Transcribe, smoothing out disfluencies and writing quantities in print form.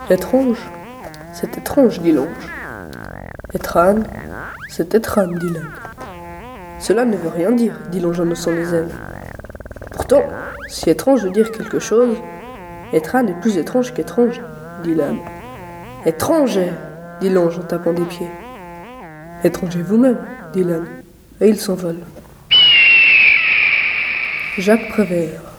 Étrange, c'est étrange, dit l'ange. Étrange, c'est étrange, dit l'âne. Cela ne veut rien dire, dit l'ange en haussant les ailes. Pourtant, si étrange veut dire quelque chose, étrange est plus étrange qu'étrange, dit l'âne. Étranger, dit l'ange en tapant des pieds. Étranger vous-même, dit l'âne, et il s'envole. Jacques Prévert.